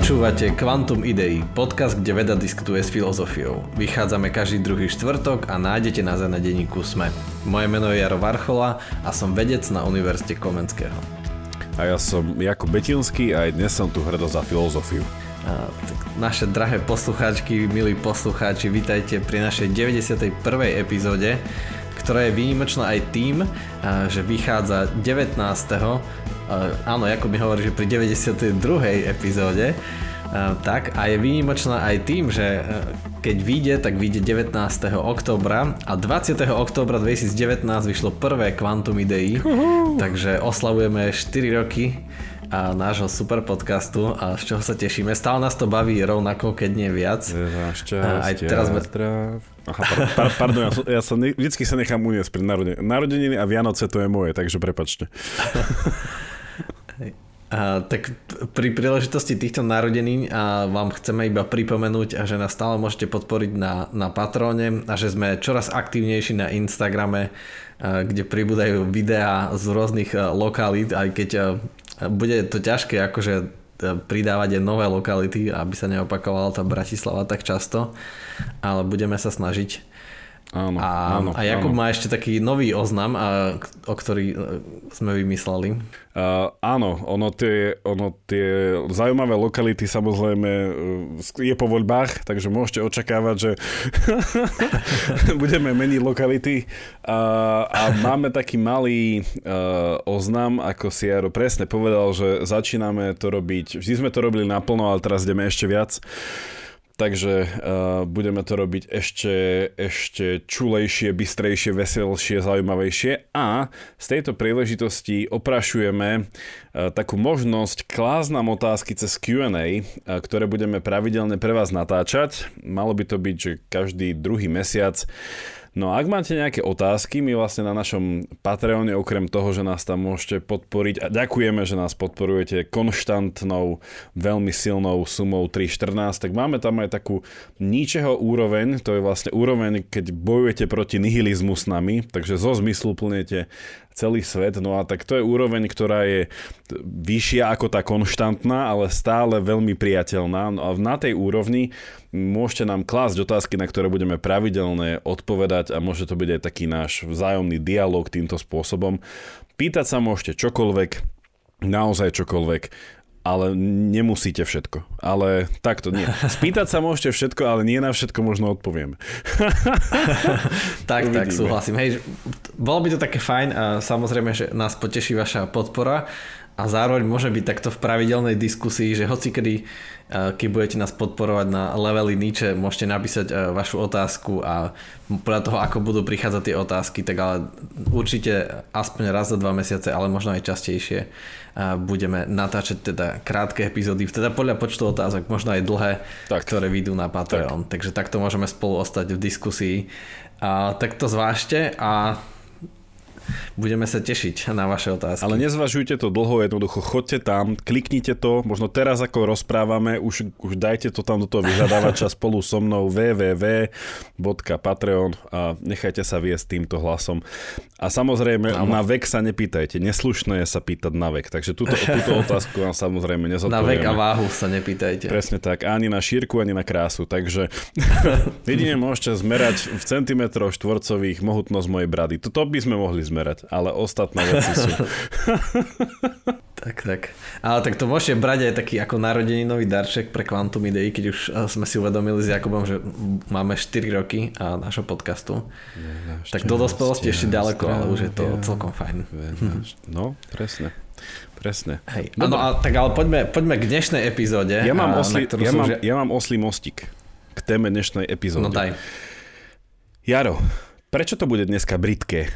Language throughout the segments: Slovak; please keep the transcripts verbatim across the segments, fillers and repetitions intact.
Počúvate Kvantum ideí, podcast, kde veda diskutuje s filozofiou. Vychádzame každý druhý štvrtok a nájdete nás aj na denníku SME. Moje meno je Jaro Varchola a som vedec na Univerzite Komenského. A ja som Jakub Betinský a aj dnes som tu hrdo za filozofiu. A, tak naše drahé poslucháčky, milí poslucháči, vítajte pri našej deväťdesiatej prvej epizóde, ktorá je výnimočná aj tým, že vychádza devätnásteho Áno, Jakub mi hovorí, že pri deväťdesiatej druhej epizóde. Tak, a je výnimočná aj tým, že keď vyjde, tak vyjde devätnásteho októbra a dvadsiateho októbra dvetisícdevätnásť vyšlo prvé Kvantum ideí. Uhu. Takže oslavujeme štyri roky a nášho super podcastu a z čoho sa tešíme. Stále nás to baví rovnako, keď nie viac. Šťastia, aj teraz sme... Aha, par, par, pardon, ja, ja sa ne, vždycky sa nechám uniesť pri narodeniny. Narodeniny a Vianoce to je moje, takže prepáčte. A, tak pri príležitosti týchto narodenín a vám chceme iba pripomenúť, že nás stále môžete podporiť na, na Patróne a že sme čoraz aktívnejší na Instagrame, a, kde pribúdajú videá z rôznych a, lokalít, aj keď a, bude to ťažké akože pridávať aj nové lokality, aby sa neopakovala tá Bratislava tak často, ale budeme sa snažiť. Áno, a, áno, a Jakub áno. má ešte taký nový oznam, a, o ktorý sme vymysleli. Uh, áno, ono tie, ono tie zaujímavé lokality samozrejme je po voľbách, takže môžete očakávať, že budeme meniť lokality uh, a máme taký malý uh, oznam, ako si Jaro presne povedal, že začíname to robiť, vždy sme to robili naplno, ale teraz ideme ešte viac. Takže uh, budeme to robiť ešte, ešte čulejšie, bystrejšie, veselšie, zaujímavejšie a z tejto príležitosti oprašujeme uh, takú možnosť klásť nám otázky cez kjú end ej, uh, ktoré budeme pravidelne pre vás natáčať. Malo by to byť, že každý druhý mesiac. No a ak máte nejaké otázky, my vlastne na našom Patreone, okrem toho, že nás tam môžete podporiť, a ďakujeme, že nás podporujete konštantnou, veľmi silnou sumou tri štrnásť, tak máme tam aj takú ničeho úroveň, to je vlastne úroveň, keď bojujete proti nihilizmu s nami, takže zo zmyslu plnete celý svet, no a tak to je úroveň, ktorá je vyššia ako tá konštantná, ale stále veľmi priateľná. No a na tej úrovni môžete nám klásť otázky, na ktoré budeme pravidelne odpovedať a môže to byť aj taký náš vzájomný dialog týmto spôsobom. Pýtať sa môžete čokoľvek, naozaj čokoľvek, ale nemusíte všetko. Ale takto nie. Spýtať sa môžete všetko, ale nie na všetko možno odpovieme. tak, tak, súhlasím. Hej, bolo by to také fajn a samozrejme, že nás poteší vaša podpora a zároveň môže byť takto v pravidelnej diskusii, že hocikedy, keď budete nás podporovať na leveli niče, môžete napísať vašu otázku a podľa toho, ako budú prichádzať tie otázky, tak ale určite aspoň raz za dva mesiace, ale možno aj častejšie budeme natáčať teda krátke epizódy, teda podľa počtu otázok, možno aj dlhé, tak, ktoré vyjdú na Patreon. Tak. Takže takto môžeme spolu ostať v diskusii. A, tak to zvážte a budeme sa tešiť na vaše otázky. Ale nezvažujte to dlho, jednoducho choďte tam, kliknite to, možno teraz ako rozprávame, už, už dajte to tam do toho vyhľadávača spolu so mnou w w w bodka patreon a nechajte sa viesť týmto hlasom. A samozrejme no. na vek sa nepýtajte, neslušné je sa pýtať na vek, takže túto, túto otázku vám samozrejme nezodpovieme. Na vek a váhu sa nepýtajte. Presne tak, ani na šírku, ani na krásu, takže jedine môžete zmerať v centimetroch štvorcových mohutnosť mojej brady. Toto by sme mohli zmerať, ale ostatné veci sú. tak, tak. Ale tak to môžete brať aj taký ako narodeninový darček pre Kvantum ideí, keď už sme si uvedomili s Jakubom, že máme štyri roky a nášho podcastu. Venaš, tak do dospelosti ešte ďaleko, ale už je to celkom fajn. Venaš. No, presne. Presne. Hej. Ano, a, tak ale poďme, poďme k dnešnej epizóde. Ja mám, a, osli, ja, mám, že... ja mám oslý mostík k téme dnešnej epizódy. No daj. Jaro, prečo to bude dneska britké?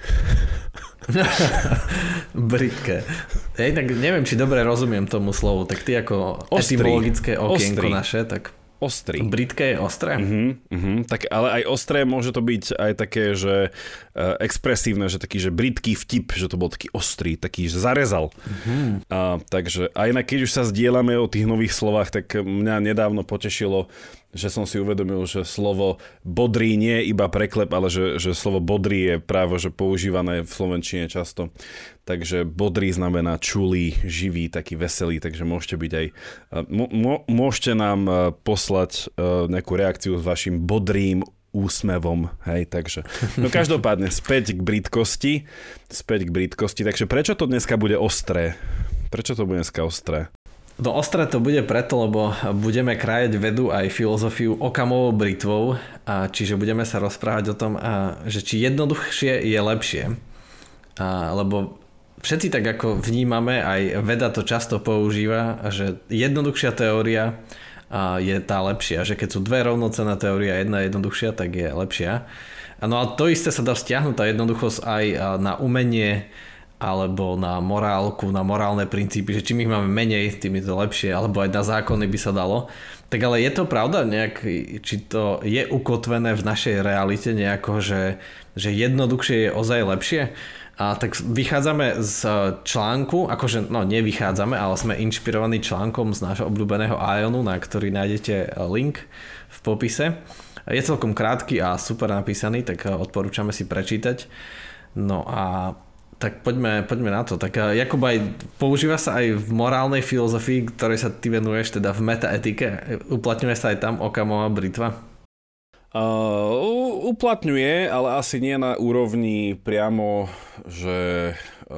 Britké. Ja tak neviem, či dobre rozumiem tomu slovu, tak ty ako ostrý, etymologické okienko ostrý. Naše, tak ostrý. Britké je ostré? Uh-huh, uh-huh. Tak, ale aj ostré môže to byť aj také, že uh, expresívne, že taký, že britský vtip, že to bol taký ostrý, taký, že zarezal. Uh-huh. Uh, takže aj na keď už sa zdieľame o tých nových slovách, tak mňa nedávno potešilo že som si uvedomil, že slovo bodrý nie je iba preklep, ale že, že slovo bodrý je práve že používané v slovenčine často. Takže bodrý znamená čulý, živý, taký veselý, takže môžete byť aj m- môžete nám poslať nejakú reakciu s vašim bodrým úsmevom, hej, takže. No každopádne, späť k britkosti, späť k britkosti, takže prečo to dneska bude ostré? Prečo to bude dneska ostré? No ostré to bude preto, lebo budeme krájať vedu aj filozofiu Occamovou britvou, a čiže budeme sa rozprávať o tom, a, že či jednoduchšie je lepšie. A, lebo všetci tak ako vnímame, aj veda to často používa, že jednoduchšia teória a, je tá lepšia, že keď sú dve rovnocenné teórie a jedna jednoduchšia, tak je lepšia. A no a to isté sa dá stiahnuť, tá jednoduchosť aj na umenie, alebo na morálku, na morálne princípy, že čím ich máme menej, tým je to lepšie, alebo aj na zákony by sa dalo. Tak ale je to pravda nejak, či to je ukotvené v našej realite nejako, že, že jednoduchšie je ozaj lepšie? A tak vychádzame z článku, akože no nevychádzame, ale sme inšpirovaní článkom z nášho obľúbeného Ionu, na ktorý nájdete link v popise. Je celkom krátky a super napísaný, tak odporúčame si prečítať. No a tak poďme, poďme na to. Tak Jakub, aj používa sa aj v morálnej filozofii, ktorej sa ty venuješ, teda v metaetike. Uplatňuje sa aj tam Occamova britva? Uh, uplatňuje, ale asi nie na úrovni priamo, že uh,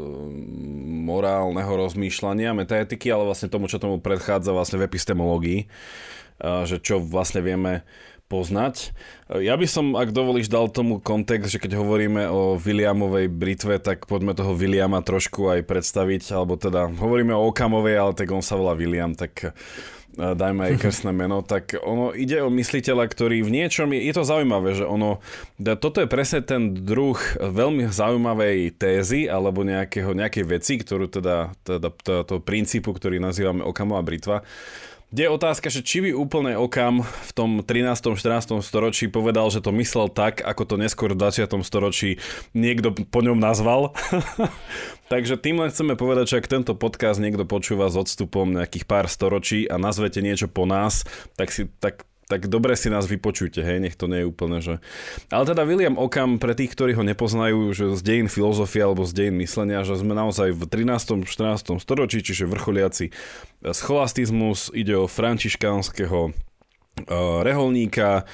morálneho rozmýšľania, metaetiky, ale vlastne tomu, čo tomu predchádza vlastne v epistemológii. Uh, že čo vlastne vieme poznať. Ja by som, ak dovolíš, dal tomu kontext, že keď hovoríme o Williamovej britve, tak poďme toho Williama trošku aj predstaviť, alebo teda hovoríme o Occamovej, ale tak on sa volá William, tak dajme aj krstné meno. Tak ono ide o mysliteľa, ktorý v niečom je, je to zaujímavé, že ono, toto je presne ten druh veľmi zaujímavej tézy, alebo nejakého, nejakej veci, ktorú teda, teda, teda toho princípu, ktorý nazývame Occamova britva. Kde je otázka, že či by úplne Occam v tom trinástom štrnástom storočí povedal, že to myslel tak, ako to neskôr v dvadsiatom storočí niekto po ňom nazval. Takže tým len chceme povedať, že ak tento podcast niekto počúva s odstupom nejakých pár storočí a nazvete niečo po nás, tak si tak tak dobre si nás vypočujte, hej, nech to nie je úplne, že... Ale teda William Occam, pre tých, ktorí ho nepoznajú, že z dejín filozofie alebo z dejín myslenia, že sme naozaj v trinástom štrnástom storočí, čiže vrcholiaci scholastizmus, ide o františkánskeho reholníka,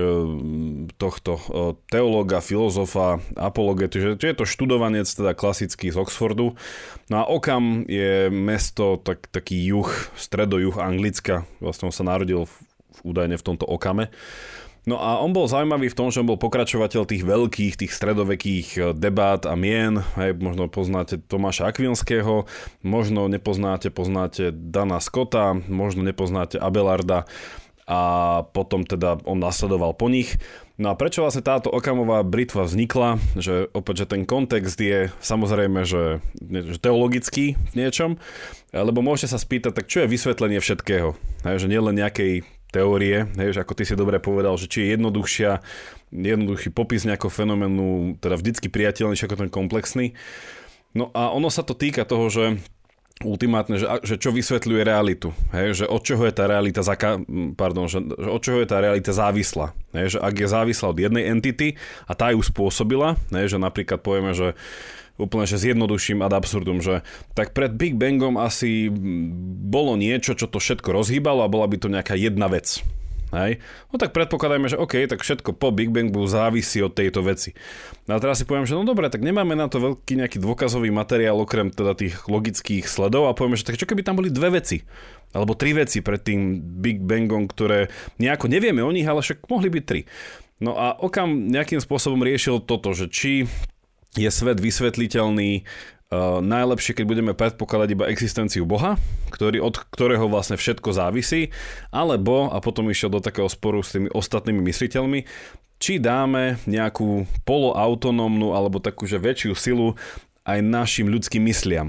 tohto teológa, filozofa, apologetu, že je to študovanec teda klasický z Oxfordu. No a Occam je mesto, tak, taký juh, stredojuh Anglicka, vlastne on sa narodil v údajne v tomto Occame. No a on bol zaujímavý v tom, že on bol pokračovateľ tých veľkých, tých stredovekých debát a mien. Hej, možno poznáte Tomáša Akvinského, možno nepoznáte, poznáte Dana Scotta, možno nepoznáte Abelarda a potom teda on nasledoval po nich. No a prečo vlastne táto Occamová britva vznikla? Že opäť, že ten kontext je samozrejme, že, že teologický v niečom, lebo môžete sa spýtať, tak čo je vysvetlenie všetkého? Hej, že nie len nejakej teórie, hej, že ako ty si dobre povedal, že či je jednoduchšia, jednoduchý popis nejakého fenoménu, teda vždycky priateľnejší ako ten komplexný. No a ono sa to týka toho, že ultimátne, že, že čo vysvetľuje realitu, hej, že od čoho je tá realita zaka, pardon, že, že od čoho je tá realita závislá, hej, že ak je závislá od jednej entity a tá ju spôsobila, hej, že napríklad povieme, že úplne že zjednoduším ad absurdum, že tak pred Big Bangom asi bolo niečo, čo to všetko rozhýbalo a bola by to nejaká jedna vec. Hej? No tak predpokladajme, že OK, tak všetko po Big Bangu závisí od tejto veci. No a teraz si poviem, že no dobre, tak nemáme na to veľký nejaký dôkazový materiál okrem teda tých logických sledov a povieme, že tak čo keby tam boli dve veci alebo tri veci pred tým Big Bangom, ktoré nejako nevieme o nich, ale však mohli byť tri. No a Occam nejakým spôsobom riešil toto, že či je svet vysvetliteľný uh, najlepšie, keď budeme predpokladať iba existenciu Boha, ktorý, od ktorého vlastne všetko závisí, alebo, a potom išiel do takého sporu s tými ostatnými mysliteľmi, či dáme nejakú poloautonómnu alebo takú, že väčšiu silu aj našim ľudským mysliam.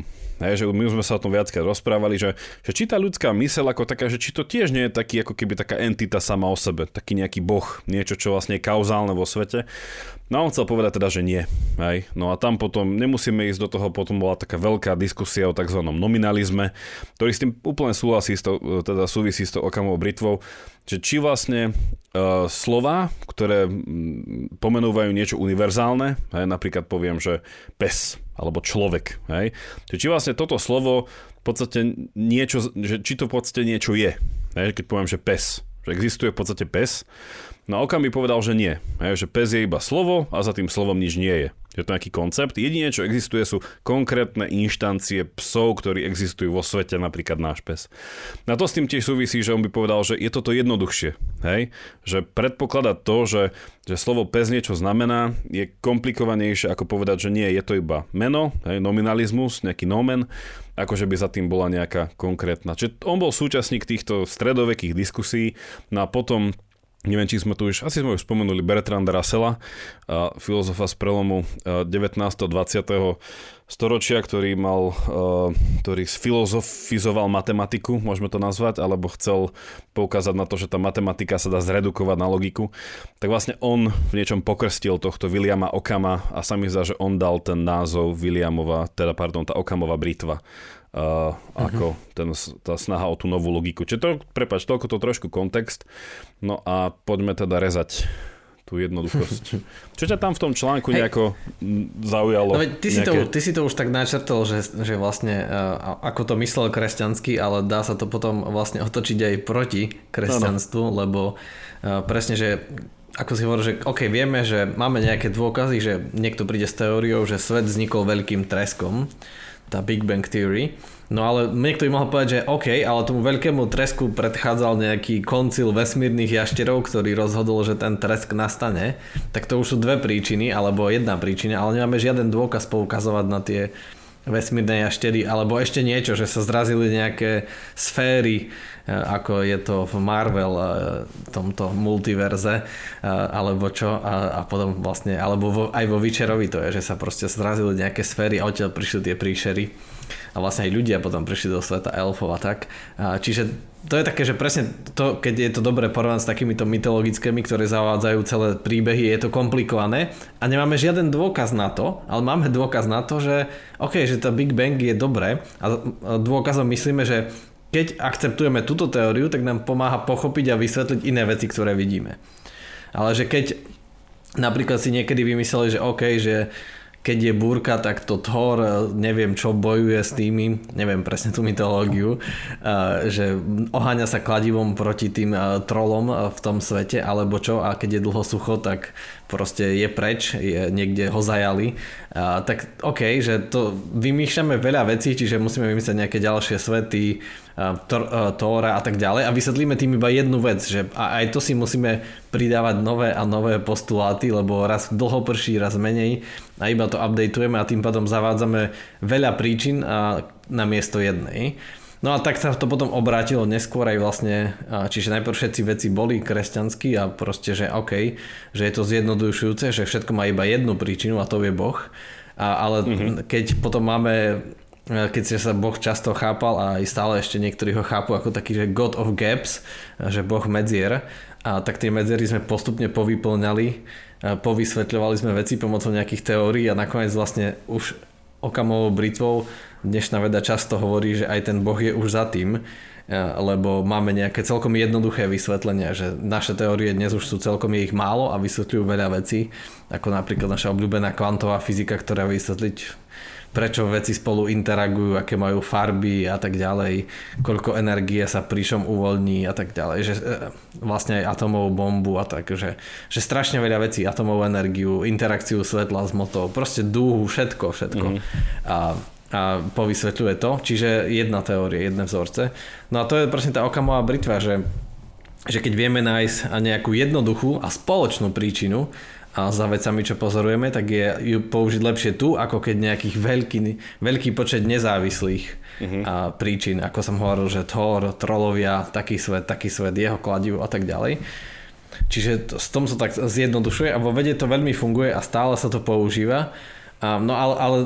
Hej, že my sme sa o tom viackrát rozprávali, že, že či tá ľudská myseľ ako taká, že či to tiež nie je taký ako keby taká entita sama o sebe, taký nejaký boh, niečo, čo vlastne je kauzálne vo svete. No on chcel povedať teda, že nie. Hej. No a tam potom nemusíme ísť do toho, potom bola taká veľká diskusia o tzv. Nominalizme, ktorý s tým úplne súhlasí, s to, teda súvisí s tou Okkamovou britvou, že či vlastne uh, slova, ktoré mm, pomenúvajú niečo univerzálne, hej, napríklad poviem, že pes alebo človek, hej, či vlastne toto slovo v podstate niečo, že či to v podstate niečo je, hej, keď poviem, že pes, že existuje v podstate pes. No a Occam by povedal, že nie. Hej, že pes je iba slovo a za tým slovom nič nie je. Je to nejaký koncept. Jedine, čo existuje, sú konkrétne inštancie psov, ktorí existujú vo svete, napríklad náš pes. Na to s tým tiež súvisí, že on by povedal, že je toto jednoduchšie. Hej? Že predpokladať to, že, že slovo pes niečo znamená, je komplikovanejšie ako povedať, že nie, je to iba meno, hej? Nominalizmus, nejaký nomen, akože by za tým bola nejaká konkrétna. Čiže on bol súčasník týchto stredovekých diskusí, no a potom neviem, či sme tu už, asi sme už spomenuli Bertranda Russella, filozofa z prelomu devätnásteho dvadsiateho storočia, ktorý mal, ktorý sfilozofizoval matematiku, môžeme to nazvať, alebo chcel poukázať na to, že tá matematika sa dá zredukovať na logiku. Tak vlastne on v niečom pokrstil tohto Williama Occama a sa mi zdá, že on dal ten názov Williamova, teda pardon, tá Occamova britva. Uh, uh-huh. Ako ten, tá snaha o tú novú logiku. Čiže to, prepáč, toľko to trošku kontext. No a poďme teda rezať tú jednoduchosť. Čo ťa tam v tom článku nejako Hej. zaujalo? No, ty, si nejaké... to, ty si to už tak načrtol, že, že vlastne uh, ako to myslel kresťansky, ale dá sa to potom vlastne otočiť aj proti kresťanstvu, no, no. lebo uh, presne, že ako si hovoril, že OK, vieme, že máme nejaké dôkazy, že niekto príde s teóriou, že svet vznikol veľkým treskom, tá Big Bang Theory. No ale niekto by mohol povedať, že OK, ale tomu veľkému tresku predchádzal nejaký koncil vesmírnych jašterov, ktorý rozhodol, že ten tresk nastane. Tak to už sú dve príčiny, alebo jedna príčina, ale nemáme žiaden dôkaz poukazovať na tie vesmírne jaštery, alebo ešte niečo, že sa zrazili nejaké sféry, ako je to v Marvel, tomto multiverze, alebo čo, a, a potom vlastne, alebo vo, aj vo Witcherovi to je, že sa proste zrazili nejaké sféry a odtiaľ prišli tie príšery a vlastne aj ľudia potom prišli do sveta elfov a tak. A čiže to je také, že presne to, keď je to dobre porovnať s takýmito mytologickými, ktoré zavádzajú celé príbehy, je to komplikované a nemáme žiaden dôkaz na to, ale máme dôkaz na to, že OK, že tá Big Bang je dobré a dôkazom myslíme, že keď akceptujeme túto teóriu, tak nám pomáha pochopiť a vysvetliť iné veci, ktoré vidíme. Ale že keď napríklad si niekedy vymysleli, že OK, že keď je búrka, tak to Thor, neviem čo, bojuje s tými, neviem presne tú mytológiu, že oháňa sa kladivom proti tým trolom v tom svete, alebo čo, a keď je dlho sucho, tak proste je preč, je niekde ho zajali. Tak OK, že to vymýšľame veľa vecí, čiže musíme vymyslieť nejaké ďalšie svety, Tóra a tak ďalej a vysvetlíme tým iba jednu vec, že aj to si musíme pridávať nové a nové postuláty, lebo raz dlho prší, raz menej a iba to updateujeme a tým pádom zavádzame veľa príčin a na miesto jednej. No a tak sa to potom obrátilo neskôr aj vlastne, čiže najprv všetci veci boli kresťanskí a proste, že OK, že je to zjednodušujúce, že všetko má iba jednu príčinu a to je Boh. A, ale mm-hmm. keď potom máme, keď sa Boh často chápal a aj stále ešte niektorí ho chápu ako taký, že God of Gaps, že Boh medzier, a tak tie medzery sme postupne povyplňali, povysvetľovali sme veci pomocou nejakých teórií a nakoniec vlastne už Okkamovou britvou dnešná veda často hovorí, že aj ten Boh je už za tým, lebo máme nejaké celkom jednoduché vysvetlenia, že naše teórie dnes už sú celkom je ich málo a vysvetľujú veľa vecí, ako napríklad naša obľúbená kvantová fyzika, ktorá vysvetliť prečo veci spolu interagujú, aké majú farby a tak ďalej, koľko energie sa príšom uvoľní a tak ďalej, že vlastne aj atomovú bombu a tak, že, že strašne veľa vecí, atomovú energiu, interakciu svetla s hmotou, proste dúhu, všetko, všetko. Mm-hmm. A, a povysvetľuje to, čiže jedna teória, jedné vzorce. No a to je presne tá Okkamová britva, že, že keď vieme nájsť nejakú jednoduchú a spoločnú príčinu a za vecami, čo pozorujeme, tak je ju použiť lepšie tu, ako keď nejakých veľký, veľký počet nezávislých uh-huh. a príčin, ako som hovoril, že Thor, trolovia, taký svet, taký svet, jeho kladivo a tak ďalej. Čiže to, s tom sa tak zjednodušuje a vo vede to veľmi funguje a stále sa to používa. A, no ale, ale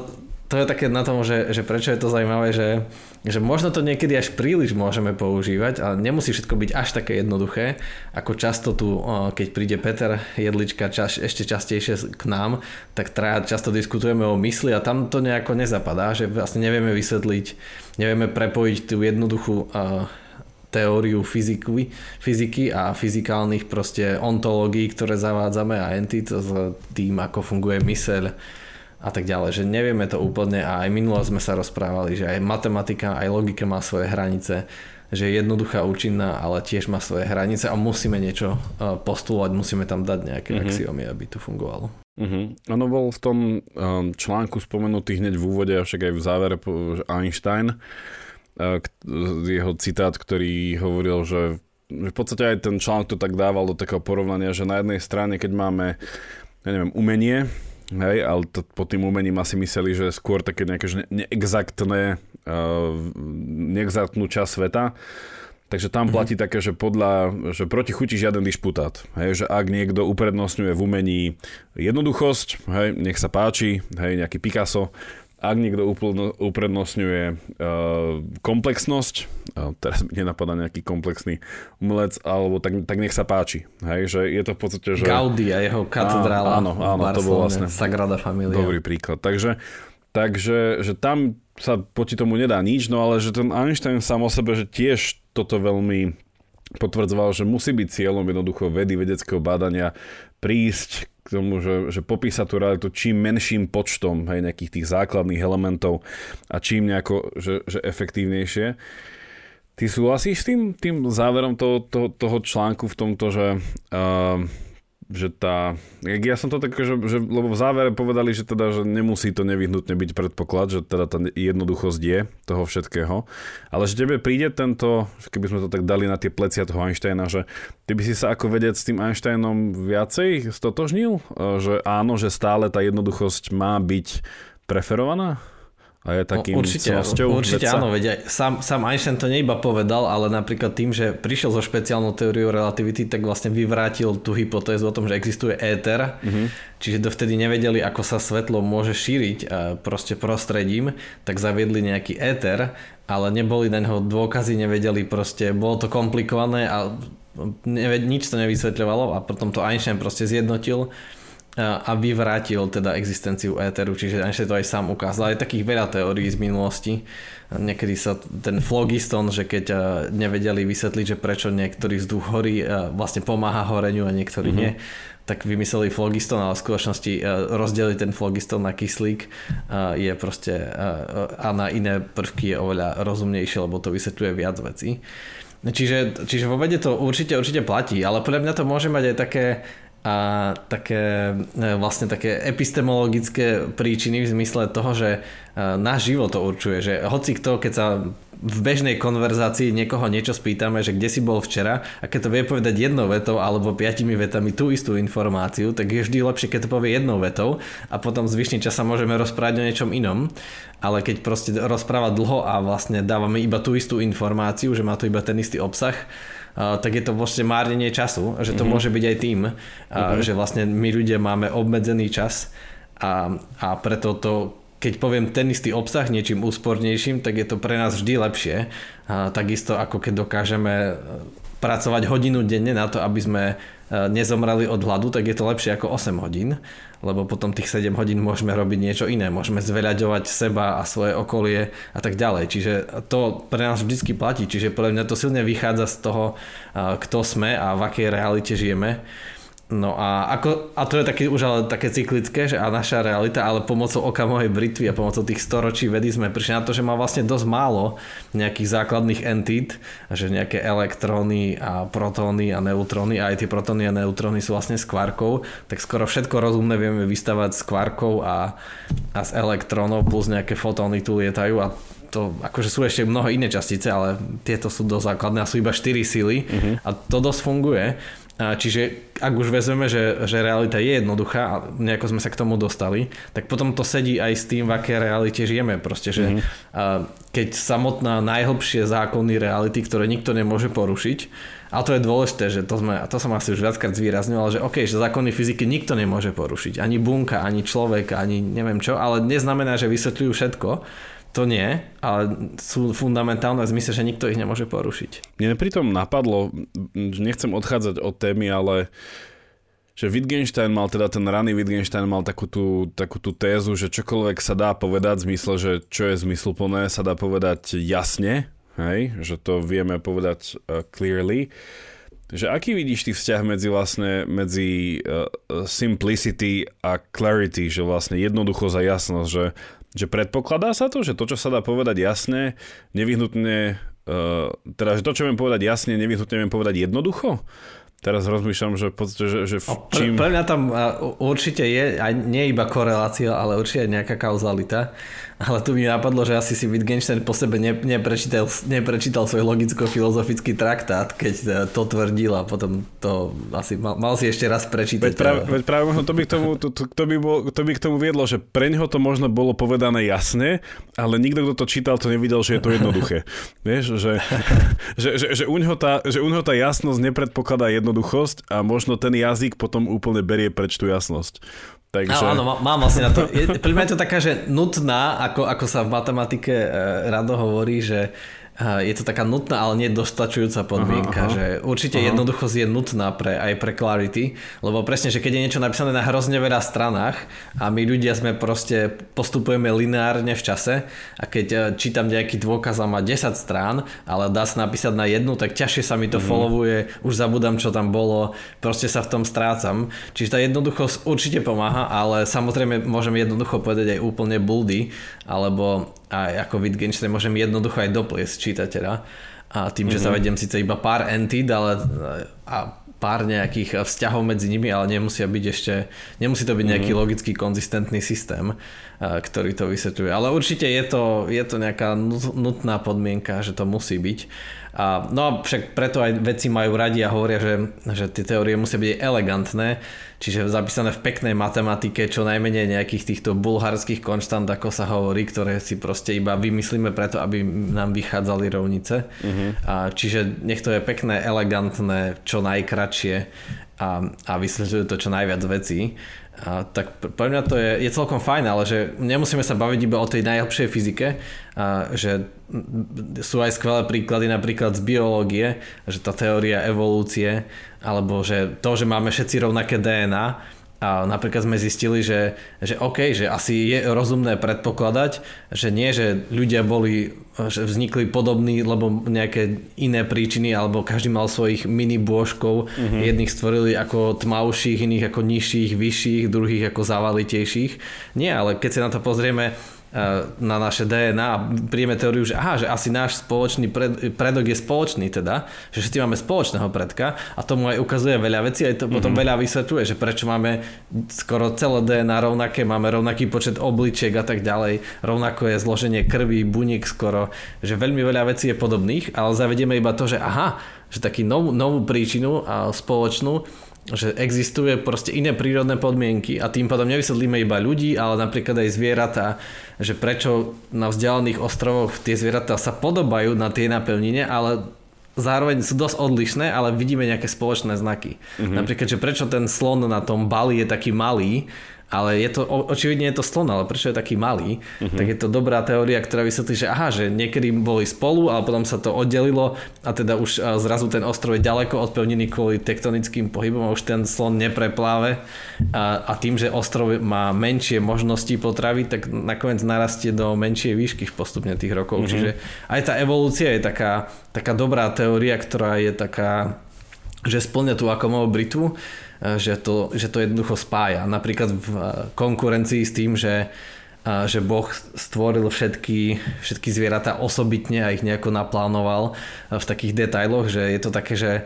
to je také na tom, že, že prečo je to zaujímavé, že, že možno to niekedy až príliš môžeme používať a nemusí všetko byť až také jednoduché, ako často tu, keď príde Peter Jedlička čas, ešte častejšie k nám, tak traja často diskutujeme o mysli a tam to nejako nezapadá, že vlastne nevieme vysvetliť, nevieme prepojiť tú jednoduchú uh, teóriu fyziky, fyziky a fyzikálnych proste ontológií, ktoré zavádzame a entít s tým, ako funguje myseľ a tak ďalej, že nevieme to úplne a aj minulo sme sa rozprávali, že aj matematika, aj logika má svoje hranice, že je jednoduchá, účinná, ale tiež má svoje hranice a musíme niečo postulovať, musíme tam dať nejaké mm-hmm. axiomy, aby to fungovalo. Mm-hmm. Ono bol v tom um, článku spomenutý hneď v úvode a však aj v závere Einstein, uh, jeho citát, ktorý hovoril, že, že v podstate aj ten článok to tak dával do takého porovnania, že na jednej strane, keď máme, ja neviem, umenie, hej, ale to, pod tým umením asi mysleli, že skôr také nejaké že neexaktné, uh, neexaktnú časť sveta. Takže tam platí mm-hmm. také, že podľa, že proti chuti žiaden disputát. Hej, že ak niekto uprednostňuje v umení jednoduchosť, hej, nech sa páči, hej, nejaký Picasso. Ak niekto uprednostňuje uh, komplexnosť, uh, teraz mi nenapadá nejaký komplexný umelec, alebo tak, tak nech sa páči. Hej, že je to v podstate, že... Gaudí a jeho katedrála. Áno, áno, to bol vlastne Sagrada Familia. Dobrý príklad. Takže, takže že tam sa proti tomu nedá nič, no ale že ten Einstein sám o sebe, že tiež toto veľmi potvrdzoval, že musí byť cieľom jednoducho vedy, vedeckého bádania prísť k tomu, že, že popísať tú realitu čím menším počtom, hej, nejakých tých základných elementov a čím nejako, že, že efektívnejšie. Ty súhlasíš s tým, tým záverom toho, toho, toho článku v tomto, že, uh, že tá... Ja som to tak, že, že, lebo v závere povedali, že teda, že nemusí to nevyhnutne byť predpoklad, že teda tá jednoduchosť je toho všetkého, ale že tebe príde tento, že keby sme to tak dali na tie plecia toho Einsteina, že ty by si sa ako vedec s tým Einsteinom viacej stotožnil? Že áno, že stále tá jednoduchosť má byť preferovaná? A je takým no, určite, cnosťou určite vedca? Áno, veď aj sám, sám Einstein to neiba povedal, ale napríklad tým, že prišiel so špeciálnou teóriou relativity, tak vlastne vyvrátil tú hypotézu o tom, že existuje éter, mm-hmm. čiže dovtedy nevedeli, ako sa svetlo môže šíriť proste prostredím, tak zaviedli nejaký éter, ale neboli na neho dôkazy, nevedeli proste, bolo to komplikované a neved, nič to nevysvetľovalo a potom to Einstein proste zjednotil a vyvrátil teda existenciu éteru, čiže Einstein to aj sám ukázal. Je takých veľa teórií z minulosti. Niekedy sa ten phlogiston, že keď nevedeli vysvetliť, že prečo niektorý vzduch horí, vlastne pomáha horeniu a niektorý mm-hmm. nie, tak vymysleli phlogiston, ale v skutočnosti rozdeliť ten phlogiston na kyslík je proste a na iné prvky je oveľa rozumnejšie, lebo to vysvetľuje viac vecí. Čiže, čiže vo vede to určite, určite platí, ale podľa mňa to môže mať aj také a také vlastne také epistemologické príčiny v zmysle toho, že náš život to určuje, že hoci kto, keď sa v bežnej konverzácii niekoho niečo spýtame, že kde si bol včera a keď to vie povedať jednou vetou alebo piatimi vetami tú istú informáciu, tak je vždy lepšie, keď to povie jednou vetou a potom zvyšný čas sa môžeme rozprávať o niečom inom, ale keď proste rozpráva dlho a vlastne dávame iba tú istú informáciu, že má to iba ten istý obsah, Uh, tak je to vlastne márnenie času, že to mm-hmm. môže byť aj tým, uh, mm-hmm. že vlastne my ľudia máme obmedzený čas a, a preto to, keď poviem ten istý obsah niečím úspornejším, tak je to pre nás vždy lepšie. Uh, takisto ako keď dokážeme pracovať hodinu denne na to, aby sme nezomreli od hladu, tak je to lepšie ako osem hodín, lebo potom tých sedem hodín môžeme robiť niečo iné, môžeme zveľaďovať seba a svoje okolie a tak ďalej, čiže to pre nás vždycky platí, čiže podľa mňa to silne vychádza z toho, kto sme a v akej realite žijeme. No a, ako, a to je také, už ale také cyklické, že a naša realita, ale pomocou okamovej britvy a pomocou tých storočí vedy sme prišli na to, že má vlastne dosť málo nejakých základných entít, že nejaké elektróny a protóny a neutróny a aj tie protóny a neutróny sú vlastne s kvárkou, tak skoro všetko rozumné vieme vystavať s kvárkou a, a s elektrónov plus nejaké fotóny tu lietajú a to akože sú ešte mnoho iné častice, ale tieto sú dosť základné a sú iba štyri sily uh-huh. a to dosť funguje. Čiže ak už vezmeme, že, že realita je jednoduchá a nejako sme sa k tomu dostali, tak potom to sedí aj s tým, v akej realite žijeme. Proste, že mm-hmm. keď samotná najhlbšie zákony reality, ktoré nikto nemôže porušiť, a to je dôležité, že to, sme, to som asi už viackrát zvýrazňoval, že OK, že zákony fyziky nikto nemôže porušiť. Ani bunka, ani človek, ani neviem čo, ale neznamená, že vysvetľujú všetko. To nie, ale sú fundamentálne v zmysle, že nikto ich nemôže porušiť. Mne pritom napadlo, nechcem odchádzať od témy, ale že Wittgenstein mal, teda ten raný Wittgenstein mal takú tú, takú tú tézu, že čokoľvek sa dá povedať v zmysle, že čo je zmysluplné, sa dá povedať jasne, hej? Že to vieme povedať uh, clearly. Že aký vidíš ty vzťah medzi vlastne medzi uh, simplicity a clarity, že vlastne jednoduchosť a jasnosť, že že predpokladá sa to, že to, čo sa dá povedať jasne, nevyhnutne, uh, teda, že to, čo viem povedať jasne, nevyhnutne viem povedať jednoducho? Teraz rozmýšľam, že, že, že v čím... Pre mňa tam určite je, aj nie iba korelácia, ale určite nejaká kauzalita. Ale tu mi napadlo, že asi si Wittgenstein po sebe ne, neprečítal, neprečítal svoj logicko-filozofický traktát, keď to tvrdil a potom to asi mal, mal si ešte raz prečítať. Veď práve, veď práve možno to by, k tomu, to, to, to, by bol, to by k tomu viedlo, že preňho to možno bolo povedané jasne, ale nikto, kto to čítal, to nevidel, že je to jednoduché. Vieš, že, že, že, že, uňho tá, že uňho tá jasnosť nepredpokladá jednoduchosť a možno ten jazyk potom úplne berie preč tú jasnosť. Takže... Áno, áno, mám vlastne na to. Je, pre mňa je to taká, že nutná, ako, ako sa v matematike e, rado hovorí, že je to taká nutná, ale nedostačujúca podmienka, aha, aha. že určite aha. jednoduchosť je nutná pre, aj pre clarity, lebo presne, že keď je niečo napísané na hrozne veľa stranách a my ľudia sme proste postupujeme lineárne v čase a keď čítam nejaký dôkaz a má desať strán, ale dá sa napísať na jednu, tak ťažšie sa mi to mm. followuje, už zabudám, čo tam bolo, proste sa v tom strácam. Čiže tá jednoduchosť určite pomáha, ale samozrejme môžem jednoducho povedať aj úplne buldy, alebo aj ako Wittgenstein môžem jednoducho aj dopliesť čitateľa a tým, že mm-hmm. zavediem síce iba pár entít, ale a pár nejakých vzťahov medzi nimi, ale nemusia byť ešte, nemusí to byť nejaký mm-hmm. logický konzistentný systém, ktorý to vysvetľuje. Ale určite je to, je to nejaká nutná podmienka, že to musí byť. A, no a však preto aj vedci majú radi a hovoria, že, že tie teórie musia byť elegantné, čiže zapísané v peknej matematike, čo najmenej nejakých týchto bulharských konštant, ako sa hovorí, ktoré si proste iba vymyslíme preto, aby nám vychádzali rovnice. Uh-huh. A, čiže nech to je pekné, elegantné, čo najkratšie a, a vysvetľuje to čo najviac vecí. A tak pre mňa to je, je celkom fajn, ale že nemusíme sa baviť iba o tej najlepšej fyzike, a že sú aj skvelé príklady napríklad z biológie, že tá teória evolúcie, alebo že to, že máme všetci rovnaké dé en á, a napríklad sme zistili, že, že OK, že asi je rozumné predpokladať, že nie, že ľudia boli, že vznikli podobní, lebo nejaké iné príčiny, alebo každý mal svojich mini bôžkov, mm-hmm. jedných stvorili ako tmavších, iných ako nižších, vyšších, druhých ako závalitejších. Nie, ale keď sa na to pozrieme na naše dé en á a príjeme teóriu, že aha, že asi náš spoločný pred, predok je spoločný teda, že všetci máme spoločného predka a tomu aj ukazuje veľa vecí, aj to potom mm-hmm. veľa vysvetľuje, že prečo máme skoro celé dé en á rovnaké, máme rovnaký počet obličiek a tak ďalej, rovnako je zloženie krvi, buniek skoro, že veľmi veľa vecí je podobných, ale zavedieme iba to, že aha, že taký novú, novú príčinu a spoločnú, že existuje proste iné prírodné podmienky a tým pádom nevysvetlíme iba ľudí, ale napríklad aj zvieratá, že prečo na vzdialených ostrovoch tie zvieratá sa podobajú na tie na pevnine, ale zároveň sú dosť odlišné, ale vidíme nejaké spoločné znaky. Mm-hmm. Napríklad, že prečo ten slon na tom Bali je taký malý, ale je to, očividne je to slon, ale prečo je taký malý, uh-huh. tak je to dobrá teória, ktorá vysvetlí, že aha, že niekedy boli spolu, ale potom sa to oddelilo a teda už zrazu ten ostrov je ďaleko od pevniny kvôli tektonickým pohybom a už ten slon neprepláve a, a tým, že ostrov má menšie možnosti potravy, tak nakoniec narastie do menšej výšky v postupne tých rokov. Uh-huh. Čiže aj tá evolúcia je taká, taká dobrá teória, ktorá je taká, že spĺňa tú atomovú britvu, že to, že to jednoducho spája. Napríklad v konkurencii s tým, že, že Boh stvoril všetky, všetky zvieratá osobitne a ich nejako naplánoval v takých detailoch, že je to také, že,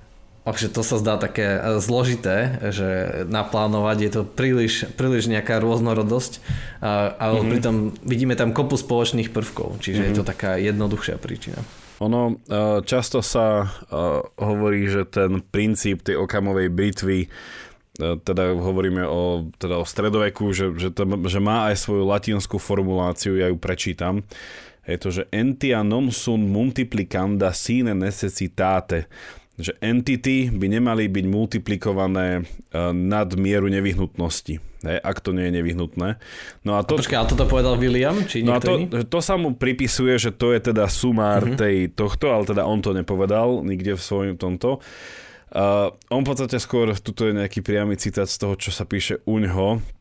že to sa zdá také zložité, že naplánovať je to príliš, príliš nejaká rôznorodosť, ale mm-hmm. pritom vidíme tam kopu spoločných prvkov, čiže mm-hmm. je to taká jednoduchšia príčina. Ono uh, často sa uh, hovorí, že ten princíp tej Okkamovej britvy, uh, teda hovoríme o, teda o stredoveku, že, že, to, že má aj svoju latinskú formuláciu, ja ju prečítam. Je to, že entia non sunt multiplicanda sine necessitate. Že entity by nemali byť multiplikované uh, nad mieru nevyhnutnosti, hej, ak to nie je nevyhnutné. No a to, a počkaj, ale toto povedal William? Či no a to, iný? to sa mu pripisuje, že to je teda sumár uh-huh. tej tohto, ale teda on to nepovedal nikde v svojom tomto. Uh, on v podstate skôr, tuto je nejaký priamy citát z toho, čo sa píše uňho, uh,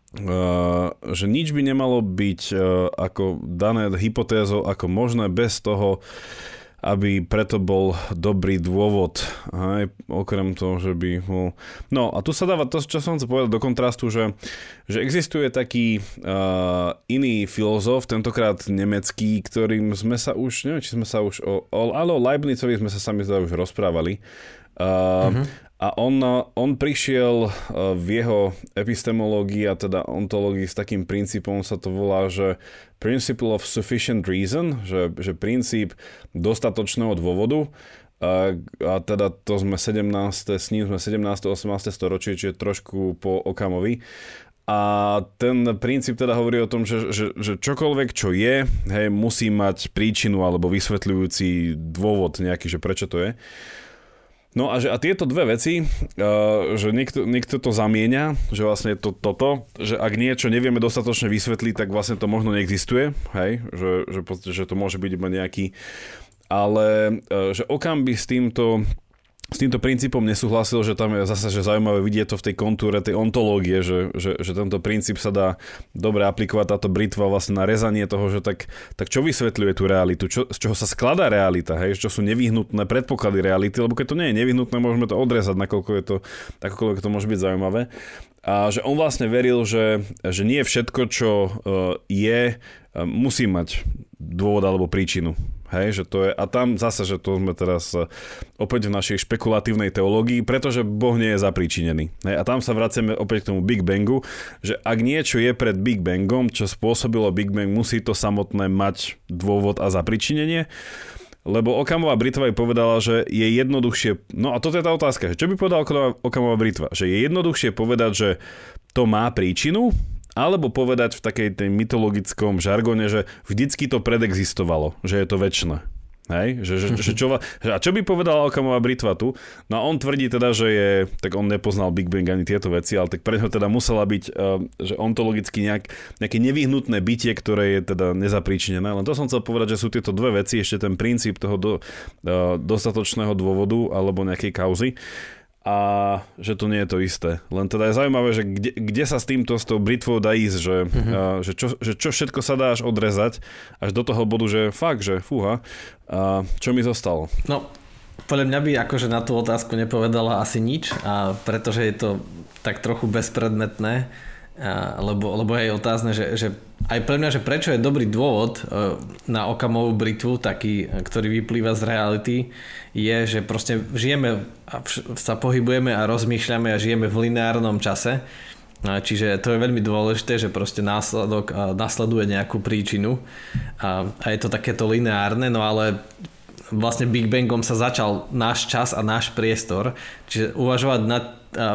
že nič by nemalo byť uh, ako dané hypotézou ako možné bez toho, aby preto bol dobrý dôvod. Aj, okrem toho, že by... Bol... No a tu sa dáva to, čo som chcel povedať do kontrastu, že, že existuje taký uh, iný filozof, tentokrát nemecký, ktorým sme sa už, neviem, či sme sa už o, o, ale o Leibnizovi sme sa sami teda už rozprávali. Uh, uh-huh. A on, on prišiel v jeho epistemológii a teda ontológii s takým princípom, sa to volá, že principle of sufficient reason, že, že princíp dostatočného dôvodu. A, a teda to sme sedemnáste s ním sme sedemnáste osemnáste storočie, čiže trošku po Okkamovi. A ten princíp teda hovorí o tom, že, že, že čokoľvek, čo je, hej, musí mať príčinu alebo vysvetľujúci dôvod nejaký, že prečo to je. No a, že, a tieto dve veci, uh, že niekto, niekto to zamieňa, že vlastne to, toto, že ak niečo nevieme dostatočne vysvetliť, tak vlastne to možno neexistuje, hej, že, že, že to môže byť iba nejaký, ale uh, že Occam by s týmto s týmto princípom nesúhlasil, že tam je zase že zaujímavé vidieť to v tej kontúre tej ontológie, že, že, že tento princíp sa dá dobre aplikovať, táto britva vlastne na rezanie toho, že tak, tak čo vysvetľuje tú realitu, čo, z čoho sa skladá realita, hej, čo sú nevyhnutné predpoklady reality, lebo keď to nie je nevyhnutné, môžeme to odrezať, nakoľko je to, akokoľvek to môže byť zaujímavé. A že on vlastne veril, že, že nie všetko, čo je, musí mať dôvod alebo príčinu. Hej, že to je, a tam zase, že to sme teraz opäť v našej špekulatívnej teológii, pretože Boh nie je zapríčinený. Hej, a tam sa vraciame opäť k tomu Big Bangu, že ak niečo je pred Big Bangom, čo spôsobilo Big Bang, musí to samotné mať dôvod a zapríčinenie. Lebo Okkamová britva povedala, že je jednoduchšie, no a toto je tá otázka, že čo by povedala Okkamová britva? Že je jednoduchšie povedať, že to má príčinu, alebo povedať v takej tej mytologickom žargone, že vždycky to predexistovalo, že je to večné. Hej? Že, že, že čo, a čo by povedala Okkamová britva tu? No a on tvrdí teda, že je, tak on nepoznal Big Bang ani tieto veci, ale tak pre neho teda musela byť, že ontologicky nejak, nejaké nevyhnutné bytie, ktoré je teda nezapríčinené. Len to som chcel povedať, že sú tieto dve veci, ešte ten princíp toho do, dostatočného dôvodu alebo nejakej kauzy. A že to nie je to isté. Len teda je zaujímavé, že kde, kde sa s týmto, s tou britvou dá ísť, že, mm-hmm. a, že, čo, že čo všetko sa dá až odrezať, až do toho bodu, že fakt, že fúha, a čo mi zostalo? No, podľa mňa by akože na tú otázku nepovedala asi nič, a pretože je to tak trochu bezpredmetné, a, lebo, lebo je otázne, že, že aj pre mňa, že prečo je dobrý dôvod na Okkamovú britvu, taký, ktorý vyplýva z reality, je, že proste žijeme a sa pohybujeme a rozmýšľame a žijeme v lineárnom čase. Čiže to je veľmi dôležité, že proste následok nasleduje nejakú príčinu a, a je to takéto lineárne, no ale vlastne Big Bangom sa začal náš čas a náš priestor. Čiže uvažovať nad,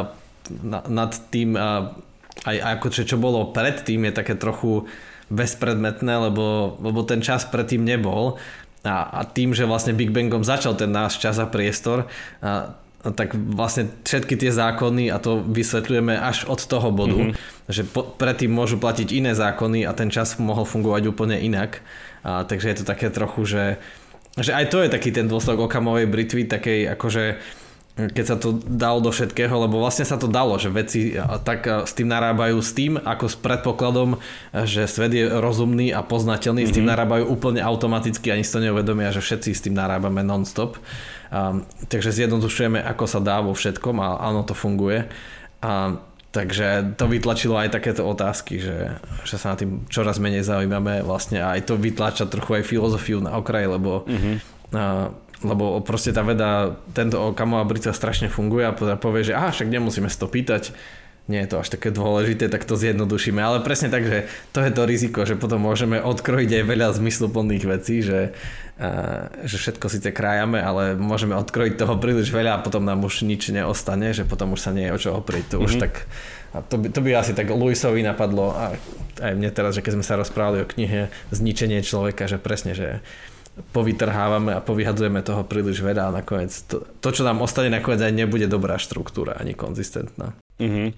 nad tým aj ako čo bolo predtým je také trochu bezpredmetné, lebo, lebo ten čas predtým nebol. A, a tým, že vlastne Big Bangom začal ten náš čas a priestor, a, a tak vlastne všetky tie zákony, a to vysvetľujeme až od toho bodu, mm-hmm. že po, predtým môžu platiť iné zákony a ten čas mohol fungovať úplne inak. A, takže je to také trochu, že, že aj to je taký ten dôsledok Okkamovej britvy, takej akože keď sa to dalo do všetkého, lebo vlastne sa to dalo, že veci tak s tým narábajú s tým, ako s predpokladom, že svet je rozumný a poznateľný, mm-hmm. s tým narábajú úplne automaticky, ani si to neuvedomia, že všetci s tým narábame non-stop. Um, takže zjednodušujeme, ako sa dá vo všetkom a áno, to funguje. Um, takže to vytlačilo aj takéto otázky, že, že sa na tým čoraz menej zaujímame vlastne a aj to vytlača trochu aj filozofiu na okraj, lebo mm-hmm. uh, lebo proste tá veda, tento Okkamová britva strašne funguje a povie, že aha, však nemusíme si to pýtať, nie je to až také dôležité, tak to zjednodušíme. Ale presne tak, že to je to riziko, že potom môžeme odkrojiť aj veľa zmysluplných vecí, že, uh, že všetko síce krájame, ale môžeme odkrojiť toho príliš veľa a potom nám už nič neostane, že potom už sa nie je o čo oprieť. To mm-hmm. už tak, a to, by, to by asi tak Lewisovi napadlo a aj mne teraz, že keď sme sa rozprávali o knihe Zničenie človeka, že presne, že povytrhávame a povyhadzujeme toho príliš veľa a nakoniec to, to, čo nám ostane nakoniec aj nebude dobrá štruktúra ani konzistentná. Uh-huh.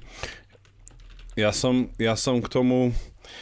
Ja som, ja som k tomu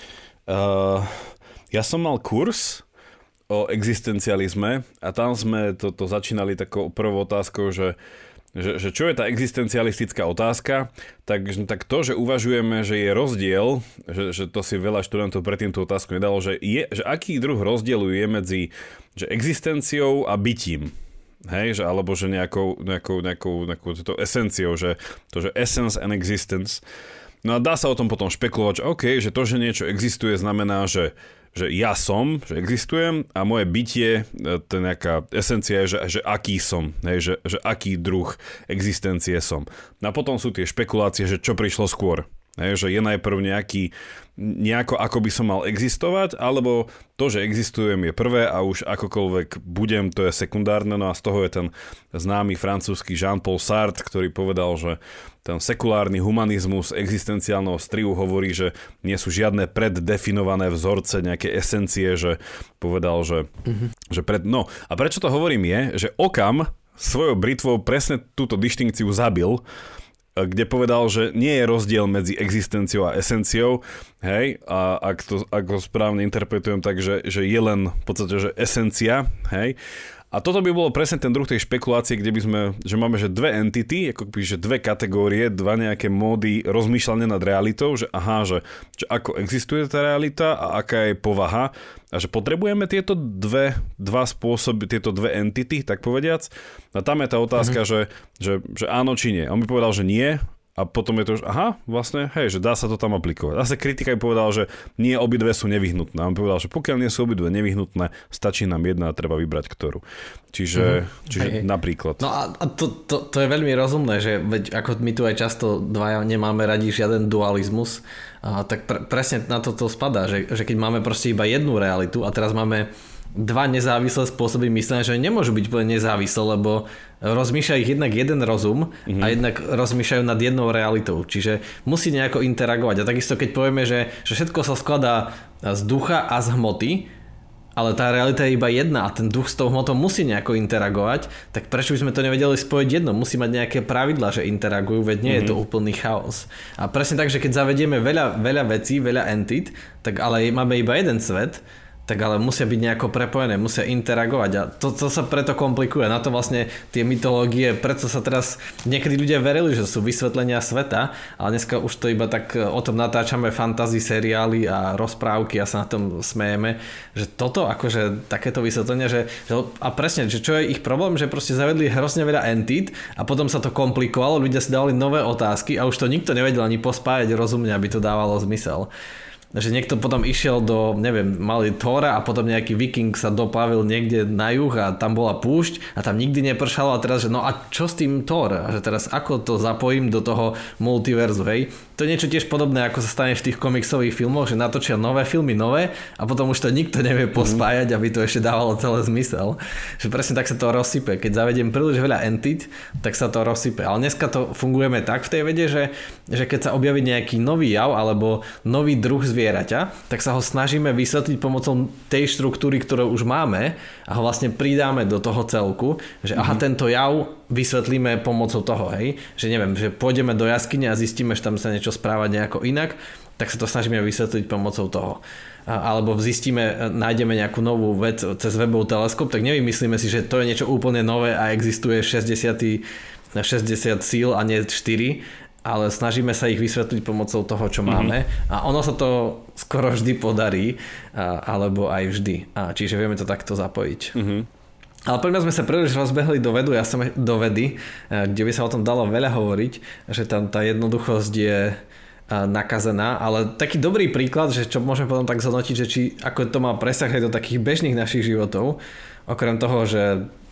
uh, ja som mal kurz o existencializme a tam sme to, to začínali takou prvou otázkou, že Že, že čo je tá existencialistická otázka, tak, tak to, že uvažujeme, že je rozdiel, že, že to si veľa študentov predtým tú otázku nedalo, že, je, že aký druh rozdielu je medzi že existenciou a bytím. Hej, že, alebo že nejakou, nejakou, nejakou, nejakou to esenciou, že to, že essence and existence. No a dá sa o tom potom špekulovať, že OK, že to, že niečo existuje, znamená, že že ja som, že existujem a moje bytie, to je nejaká esencia, že, že aký som, hej, že, že aký druh existencie som. No a potom sú tie špekulácie, že čo prišlo skôr. Hej, že je najprv nejaký, nejako ako by som mal existovať, alebo to, že existujem je prvé a už akokoľvek budem, to je sekundárne. No a z toho je ten známy francúzsky Jean-Paul Sartre, ktorý povedal, že ten sekulárny humanizmus existenciálneho strihu hovorí, že nie sú žiadne preddefinované vzorce, nejaké esencie, že povedal, že, mm-hmm. že pred... No a prečo to hovorím je, že Occam svojou britvou presne túto dištinkciu zabil, kde povedal, že nie je rozdiel medzi existenciou a esenciou, hej, a ak to, ak to správne interpretujem tak, že, že je len v podstate, že esencia, hej. A toto by bolo presne ten druh tej špekulácie, kde by sme, že máme, že dve entity, ako by, že dve kategórie, dva nejaké módy rozmýšľania nad realitou, že aha, že, že ako existuje tá realita a aká je povaha a že potrebujeme tieto dve, dva spôsoby, tieto dve entity, tak povediac. A tam je tá otázka, mm-hmm. že, že, že áno či nie. On by povedal, že nie. A potom je to už, aha, vlastne, hej, že dá sa to tam aplikovať. Zase kritika by povedal, že nie obidve sú nevyhnutné. On povedal, že pokiaľ nie sú obidve nevyhnutné, stačí nám jedna a treba vybrať ktorú. Čiže, mm-hmm. čiže napríklad. No a to, to, to je veľmi rozumné, že veď ako my tu aj často dvaja nemáme radi žiaden dualizmus, a tak pre, presne na to to spadá, že, že keď máme proste iba jednu realitu a teraz máme dva nezávislé spôsoby myslenia, že nemôžu byť úplne nezávislé, lebo rozmýšľa ich jednak jeden rozum mm-hmm. a jednak rozmýšľajú nad jednou realitou. Čiže musí nejako interagovať. A takisto keď povieme, že, že všetko sa skladá z ducha a z hmoty, ale tá realita je iba jedna a ten duch s tou hmotou musí nejako interagovať, tak prečo by sme to nevedeli spojiť jedno? Musí mať nejaké pravidlá, že interagujú, veď nie mm-hmm. je to úplný chaos. A presne tak, že keď zavedieme veľa, veľa vecí, veľa entít, tak ale máme iba jeden svet, tak ale musia byť nejako prepojené, musia interagovať a to, to sa preto komplikuje. Na to vlastne tie mytológie, preto sa teraz niekedy ľudia verili, že sú vysvetlenia sveta, ale dneska už to iba tak o tom natáčame fantasy seriály a rozprávky a sa na tom smejeme, že toto akože takéto vysvetlenia, že, že a presne, že čo je ich problém, že proste zavedli hrozne veľa entít a potom sa to komplikovalo, ľudia si dávali nové otázky a už to nikto nevedel ani pospájať rozumne, aby to dávalo zmysel. Že niekto potom išiel do, neviem, mali Thora a potom nejaký viking sa doplavil niekde na juh a tam bola púšť a tam nikdy nepršalo a teraz, že no a čo s tým Thor? A že teraz ako to zapojím do toho multiverzu, hej? To je niečo tiež podobné, ako sa stane v tých komiksových filmoch, že natočia nové filmy, nové a potom už to nikto nevie pospájať, aby to ešte dávalo celé zmysel. Že presne tak sa to rozsype. Keď zavediem príliš veľa entít, tak sa to rozsype. Ale dneska to fungujeme tak v tej vede, že, že keď sa objaví nejaký nový jav alebo nový druh zvieraťa, tak sa ho snažíme vysvetliť pomocou tej štruktúry, ktorú už máme a ho vlastne pridáme do toho celku, že aha, mm-hmm. tento jav vysvetlíme pomocou toho, hej, že neviem, že pôjdeme do jaskyne a zistíme, že tam sa niečo správa nejako inak, tak sa to snažíme vysvetliť pomocou toho. Alebo zistíme, nájdeme nejakú novú vec cez webový teleskop, tak nevymyslíme si, že to je niečo úplne nové a existuje šesťdesiat, šesťdesiat síl a nie štyri, ale snažíme sa ich vysvetliť pomocou toho, čo máme mm-hmm. a ono sa to skoro vždy podarí, alebo aj vždy. A čiže vieme to takto zapojiť. Mm-hmm. Ale pre mňa sme sa príliš rozbehli do vedu, ja som do vedy, kde by sa o tom dalo veľa hovoriť, že tam tá jednoduchosť je nakazená, ale taký dobrý príklad, že čo môžeme potom tak zhodnotiť, že či ako to má presah aj do takých bežných našich životov, okrem toho, že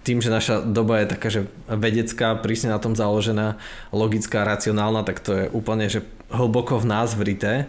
tým, že naša doba je taká, že vedecká, prísne na tom založená, logická, racionálna, tak to je úplne, že hlboko v nás vrité.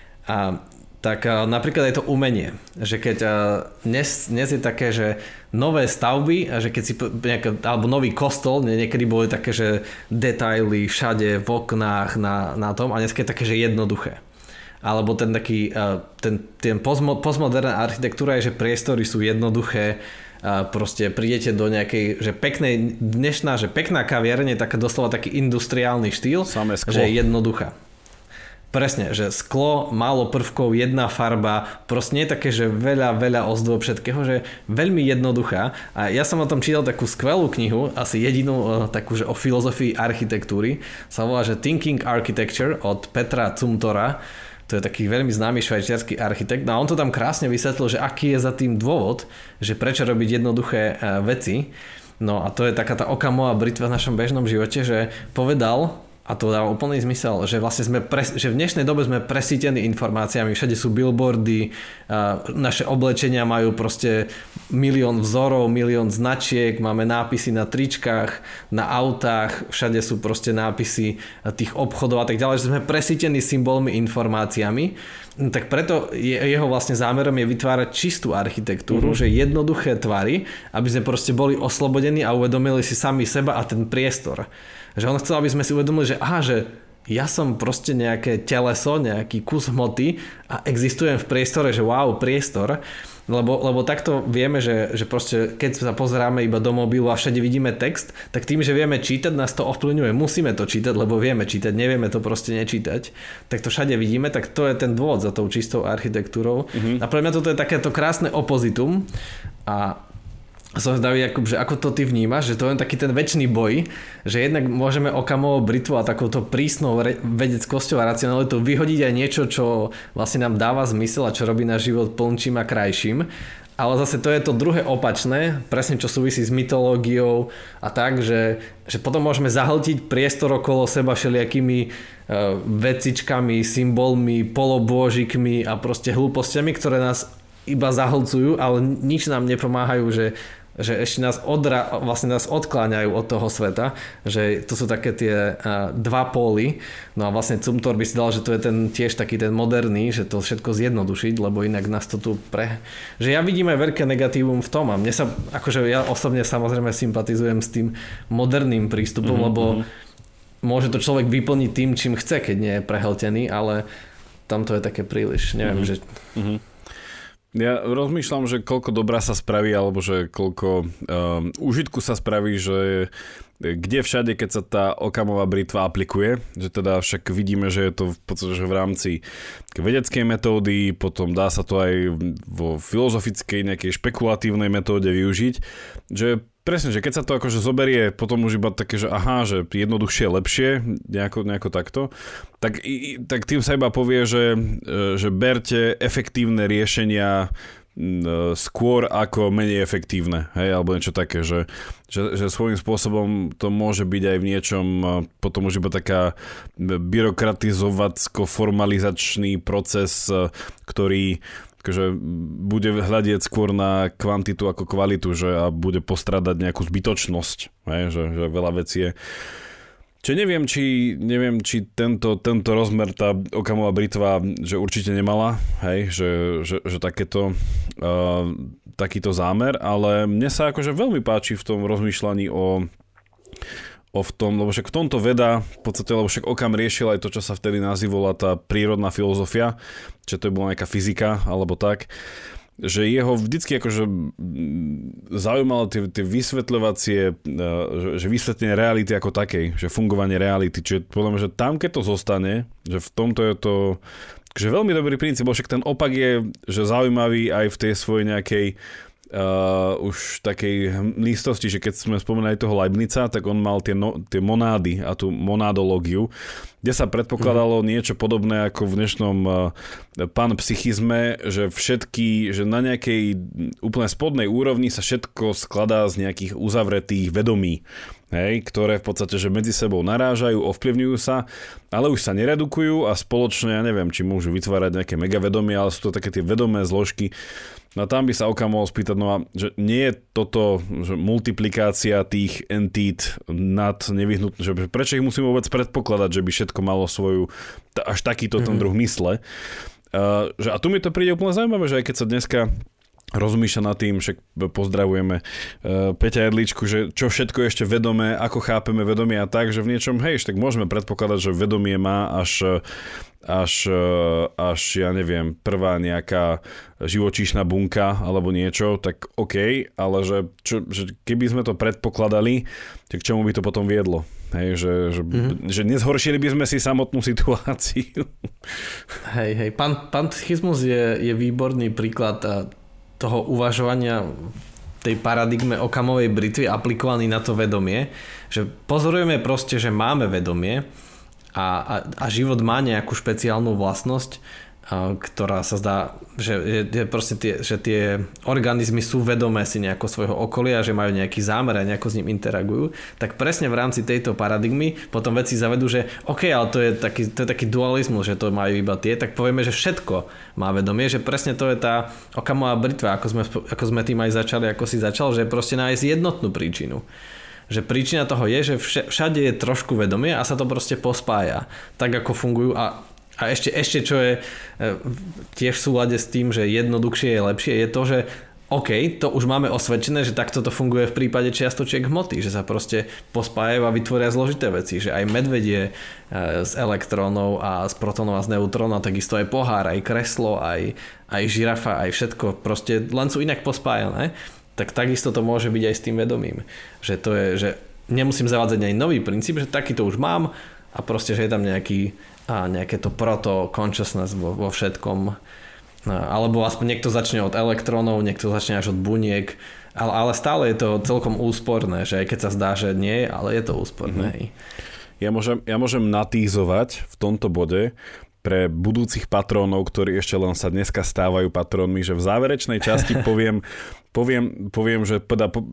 A tak napríklad je to umenie, že keď dnes, dnes je také, že nové stavby, že keď si nejaká, alebo nový kostol, niekedy boli také, že detaily všade v oknách na, na tom, a dnes je také, že jednoduché. Alebo ten taký, ten, ten postmo, postmoderná architektúra je, že priestory sú jednoduché, proste prídete do nejakej, že peknej, dnešná, že pekná kaviareň je taká doslova taký industriálny štýl, že je jednoduchá. Presne, že sklo, málo prvkov, jedna farba, proste nie je také, že veľa, veľa ozdôb všetkého, že veľmi jednoduchá. A ja som o tom čítal takú skvelú knihu, asi jedinú takú, že o filozofii architektúry, sa volá, že Thinking Architecture od Petra Zumthora. To je taký veľmi známy švajčiarsky architekt. No a on to tam krásne vysvetlil, že aký je za tým dôvod, že prečo robiť jednoduché veci. No a to je taká tá Occamová britva v našom bežnom živote, že povedal, a to dáva úplný zmysel, že vlastne sme pre, že v dnešnej dobe sme presýtení informáciami, všade sú billboardy, naše oblečenia majú proste milión vzorov, milión značiek, máme nápisy na tričkách, na autách, všade sú proste nápisy tých obchodov a tak ďalej, že sme presýtení symbolmi, informáciami. Tak preto jeho vlastne zámerom je vytvárať čistú architektúru, mm-hmm. že jednoduché tvary, aby sme proste boli oslobodení a uvedomili si sami seba a ten priestor. Že on chcel, aby sme si uvedomili, že aha, že ja som proste nejaké teleso, nejaký kus hmoty a existujem v priestore, že wow, priestor. Lebo, lebo takto vieme, že, že proste keď sa pozeráme iba do mobilu a všade vidíme text, tak tým, že vieme čítať, nás to ovplyvňuje. Musíme to čítať, lebo vieme čítať, nevieme to proste nečítať. Tak to všade vidíme, tak to je ten dôvod za tou čistou architektúrou. Mm-hmm. A pre mňa toto je takéto krásne opozitum a som zvedavý, Jakub, že ako to ty vnímaš, že to je taký ten večný boj, že jednak môžeme Occamovou britvu a takouto prísnou re- vedeckosťou a racionalitou vyhodiť aj niečo, čo vlastne nám dáva zmysel a čo robí náš život plnčím a krajším. Ale zase to je to druhé opačné, presne čo súvisí s mytológiou a tak, že, že potom môžeme zahltiť priestor okolo seba všelijakými uh, vecičkami, symbolmi, polobôžikmi a proste hlúpostiami, ktoré nás iba zahlcujú, ale nič nám nepomáhajú, že že ešte nás, odra, vlastne nás odkláňajú od toho sveta, že to sú také tie uh, dva póly. No a vlastne Zumthor by si dal, že to je ten tiež taký ten moderný, že to všetko zjednodušiť, lebo inak nás to tu pre... Že ja vidím aj veľké negatívum v tom a mne sa, akože ja osobne samozrejme sympatizujem s tým moderným prístupom, mm-hmm. lebo môže to človek vyplniť tým, čím chce, keď nie je prehltený, ale tam to je také príliš, neviem, mm-hmm. že... Mm-hmm. Ja rozmýšľam, že koľko dobrá sa spraví, alebo že koľko um, užitku sa spraví, že kde všade, keď sa tá Occamová britva aplikuje, že teda však vidíme, že je to v podstate že v rámci vedeckej metódy, potom dá sa to aj vo filozofickej nejakej špekulatívnej metóde využiť, že presne, že keď sa to akože zoberie potom už iba také, že aha, že jednoduchšie, lepšie, nejako, nejako takto, tak, tak tým sa iba povie, že, že berte efektívne riešenia skôr ako menej efektívne, hej, alebo niečo také, že, že, že svojím spôsobom to môže byť aj v niečom potom už iba taká byrokratizovacko-formalizačný proces, ktorý že bude hľadieť skôr na kvantitu ako kvalitu, že a bude postradať nejakú zbytočnosť, hej, že, že veľa vecí je. Čiže neviem, či, neviem, či tento, tento rozmer tá Occamová britva, že určite nemala, hej, že, že, že takéto, uh, takýto zámer, ale mne sa akože veľmi páči v tom rozmýšľaní o O v tom, lebo však v tomto veda, v podstate, lebo však Occam riešil aj to, čo sa vtedy nazývala tá prírodná filozofia, čiže to bola nejaká fyzika, alebo tak, že jeho vždycky akože zaujímalo tie, tie vysvetľovacie, že, že vysvetlenie reality ako takej, že fungovanie reality, čiže podľa mňa, že tam, keď to zostane, že v tomto je to, že veľmi dobrý princíp, lebo však ten opak je, že zaujímavý aj v tej svojej nejakej Uh, už takej listosti, že keď sme spomínali toho Leibniza, tak on mal tie, no, tie monády a tú monádológiu, kde sa predpokladalo mm. niečo podobné ako v dnešnom uh, panpsychizme, že všetky, že na nejakej úplne spodnej úrovni sa všetko skladá z nejakých uzavretých vedomí. hej, ktoré v podstate, že medzi sebou narážajú, ovplyvňujú sa, ale už sa neredukujú a spoločne, ja neviem, či môžu vytvárať nejaké megavedomie, ale sú to také tie vedomé zložky. No a tam by sa Oka mohol spýtať, no a že nie je toto že multiplikácia tých entít nad nevyhnutné, že prečo ich musíme vôbec predpokladať, že by všetko malo svoju, až takýto ten druh mysle. Uh, že, a tu mi to príde úplne zaujímavé, že aj keď sa dneska rozmýšľa nad tým, však pozdravujeme uh, Peťa Jedličku, že čo všetko je ešte vedomé, ako chápeme vedomie a tak, že v niečom, hej, tak môžeme predpokladať, že vedomie má až až, až ja neviem, prvá nejaká živočíšna bunka alebo niečo, tak OK, ale že, čo, že keby sme to predpokladali, tak k čomu by to potom viedlo? Hej, že, že, mm-hmm. že nezhoršili by sme si samotnú situáciu. Hej, hej, Pan, panpsychizmus je, je výborný príklad toho uvažovania tej paradigme Okamovej britvy aplikovaný na to vedomie, že pozorujeme proste, že máme vedomie a, a, a život má nejakú špeciálnu vlastnosť, a, ktorá sa zdá, že, že, proste tie, že tie organizmy sú vedomé si nejako svojho okolia, že majú nejaký zámer a nejako s ním interagujú, tak presne v rámci tejto paradigmy potom vedci zavedú, že OK, ale to je taký, to je taký dualizmus, že to majú iba tie, tak povieme, že všetko má vedomie, že presne to je tá Okamová britva, ako sme, ako sme tým aj začali, ako si začal, že proste nájsť jednotnú príčinu. Že príčina toho je, že všade je trošku vedomie a sa to proste pospája. Tak ako fungujú a, a ešte, ešte čo je tiež v súlade s tým, že jednoduchšie je lepšie, je to, že OK, to už máme osvedčené, že takto to funguje v prípade čiastočiek hmoty, že sa proste pospájajú a vytvoria zložité veci, že aj medvedie z elektrónov a z protónov a z neutrónov, takisto aj pohár, aj kreslo, aj, aj žirafa, aj všetko, proste len sú inak pospájané. Tak takisto to môže byť aj s tým vedomím. Že to je, že nemusím zavádzať aj nový princíp, že takýto už mám a proste, že je tam nejaký, a nejaké to proto-consciousness vo, vo všetkom. Alebo aspoň niekto začne od elektrónov, niekto začne až od buniek, ale, ale stále je to celkom úsporné, že aj keď sa zdá, že nie, ale je to úsporné. Mm-hmm. Ja môžem, ja môžem natízovať v tomto bode pre budúcich patrónov, ktorí ešte len sa dneska stávajú patrónmi, že v záverečnej časti poviem, poviem, poviem že poda, po,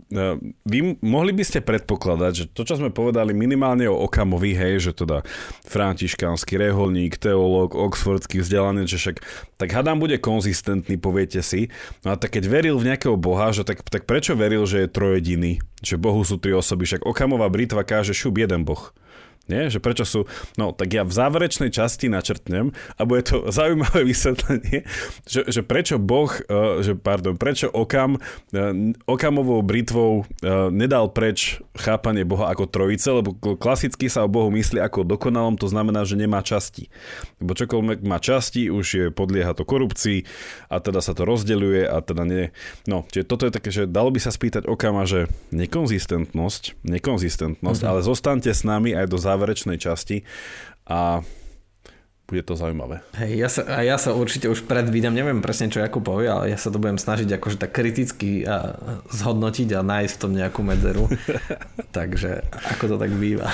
vy mohli by ste predpokladať, že to, čo sme povedali minimálne o Okamovi, hej, že teda františkánsky reholník, teológ, oxfordský vzdelanec, že však tak hadám bude konzistentný, poviete si. No a tak keď veril v nejakého boha, že tak, tak prečo veril, že je trojediný? Že Bohu sú tri osoby, však Okamová britva káže šup jeden boh. Nie? Že prečo sú... No, tak ja v záverečnej časti načrtnem a bude to zaujímavé vysvetlenie, že, že prečo Boh, že pardon, prečo Okam Okamovou britvou nedal preč chápanie Boha ako trojice, lebo klasicky sa o Bohu myslí ako dokonalom, to znamená, že nemá časti. Lebo čokoľvek má časti, už je, podlieha to korupcii a teda sa to rozdeľuje a teda nie... No, čiže toto je také, že dalo by sa spýtať Okama, že nekonzistentnosť, nekonzistentnosť, mm-hmm. ale zostaňte s nami aj do záverečnej časti a bude to zaujímavé. Hej, ja sa, a ja sa určite už predvídam, neviem presne čo Jakub povie, ale ja sa to budem snažiť akože tak kriticky a zhodnotiť a nájsť v tom nejakú medzeru. Takže ako to tak býva.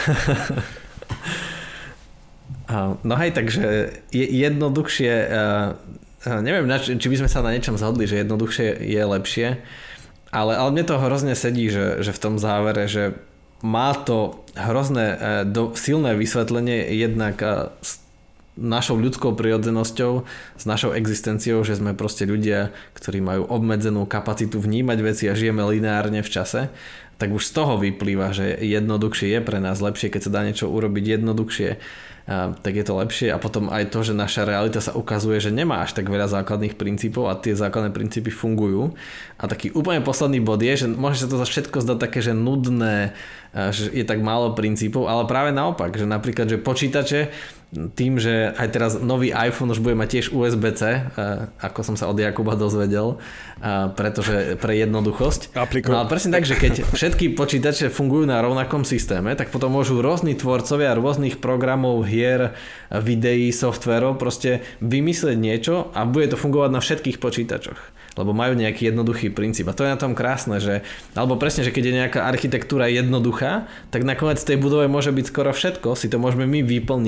No hej, takže je jednoduchšie, neviem, či by sme sa na niečom zhodli, že jednoduchšie je lepšie, ale, ale mne to hrozne sedí, že, že v tom závere, že má to hrozné do, silné vysvetlenie jednak s našou ľudskou prirodzenosťou, s našou existenciou, že sme proste ľudia, ktorí majú obmedzenú kapacitu vnímať veci a žijeme lineárne v čase, tak už z toho vyplýva, že jednoduchšie je pre nás lepšie, keď sa dá niečo urobiť jednoduchšie, tak je to lepšie a potom aj to, že naša realita sa ukazuje, že nemá až tak veľa základných princípov a tie základné princípy fungujú. A taký úplne posledný bod je, že môže sa to za všetko zdať také, že nudné, že je tak málo princípov, ale práve naopak, že napríklad, že počítače tým, že aj teraz nový iPhone už bude mať tiež ú es bé cé, ako som sa od Jakuba dozvedel, pretože pre jednoduchosť. Aplikujem. No ale presne tak, že keď všetky počítače fungujú na rovnakom systéme, tak potom môžu rôzni tvorcovia rôznych programov, hier, videí, softverov proste vymyslieť niečo a bude to fungovať na všetkých počítačoch. Lebo majú nejaký jednoduchý princíp. A to je na tom krásne, že alebo presne, že keď je nejaká architektúra jednoduchá, tak nakoniec v tej budove môže byť skoro všetko, si to môžeme my vyplniť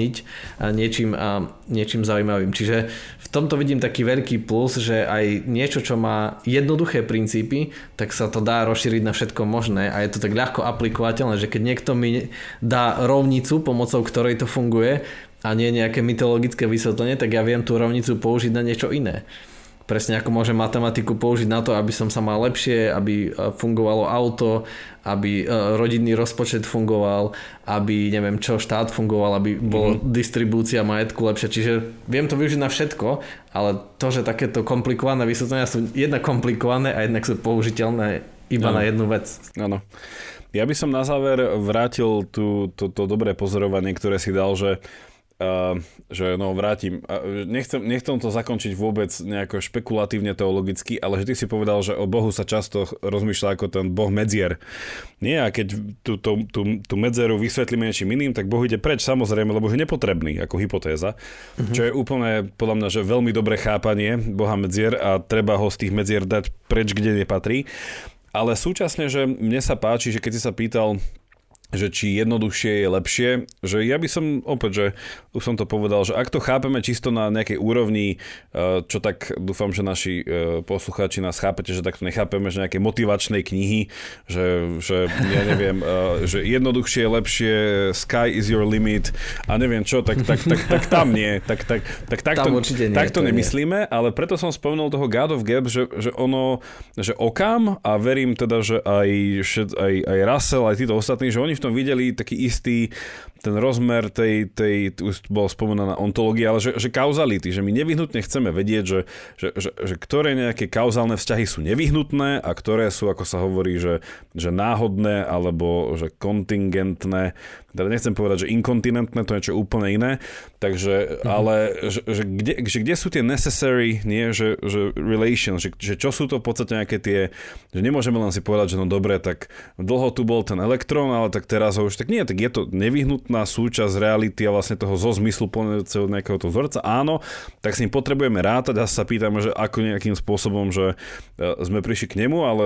niečím, niečím zaujímavým. Čiže v tomto vidím taký veľký plus, že aj niečo, čo má jednoduché princípy, tak sa to dá rozšíriť na všetko možné a je to tak ľahko aplikovateľné, že keď niekto mi dá rovnicu, pomocou ktorej to funguje a nie nejaké mytologické vysvetlenie, tak ja viem tú rovnicu použiť na niečo iné. Presne ako môžem matematiku použiť na to, aby som sa mal lepšie, aby fungovalo auto, aby rodinný rozpočet fungoval, aby neviem čo, štát fungoval, aby bola mm-hmm. distribúcia majetku lepšia. Čiže viem to využiť na všetko, ale to, že takéto komplikované vysvetlenia sú jednak komplikované a jednak sú použiteľné iba ano. Na jednu vec. Áno. Ja by som na záver vrátil tú, to, to dobré pozorovanie, ktoré si dal, že Uh, že no vrátim, uh, nechcem, nechcem to zakončiť vôbec nejako špekulatívne teologicky, ale že ty si povedal, že o Bohu sa často rozmýšľa ako ten Boh medzier. Nie, a keď tú, tú, tú, tú medzeru vysvetlíme niečím iným, tak Boh ide preč, samozrejme, lebo je nepotrebný, ako hypotéza, uh-huh. čo je úplne, podľa mňa, že veľmi dobré chápanie Boha medzier a treba ho z tých medzier dať preč, kde nepatrí. Ale súčasne, že mne sa páči, že keď si sa pýtal, že či jednoduchšie je lepšie, že ja by som opäť, že už som to povedal, že ak to chápeme čisto na nejakej úrovni, čo tak dúfam, že naši poslucháči nás chápete, že takto nechápeme, že nejaké motivačnej knihy, že, že ja neviem, že jednoduchšie je lepšie, sky is your limit a neviem čo, tak, tak, tak, tak tam nie. Tak, tak, tak, tak tam to, určite nie. Tak to nemyslíme, ale preto som spomenul toho God of Gap, že, že ono, že Occam a verím teda, že aj, aj, aj Russell, aj títo ostatní, že oni v tom videli taký istý ten rozmer tej, tej už bola spomenaná ontológia, ale že, že kauzality, že my nevyhnutne chceme vedieť, že, že, že, že ktoré nejaké kauzálne vzťahy sú nevyhnutné a ktoré sú, ako sa hovorí, že, že náhodné alebo že kontingentné. Teda nechcem povedať, že inkontinentné, to je niečo úplne iné. Takže, mm-hmm. ale že, že, kde, že kde sú tie necessary, nie, že, že relations, že, že čo sú to v podstate nejaké tie, že nemôžeme len si povedať, že no dobre, tak dlho tu bol ten elektrón, ale tak teraz ho už, tak nie, tak je to nevyhnutná súčasť reality a vlastne toho zo zmyslu plného nejakého toho vzorca, áno, tak s ním potrebujeme rátať a sa pýtame, že ako nejakým spôsobom, že sme prišli k nemu, ale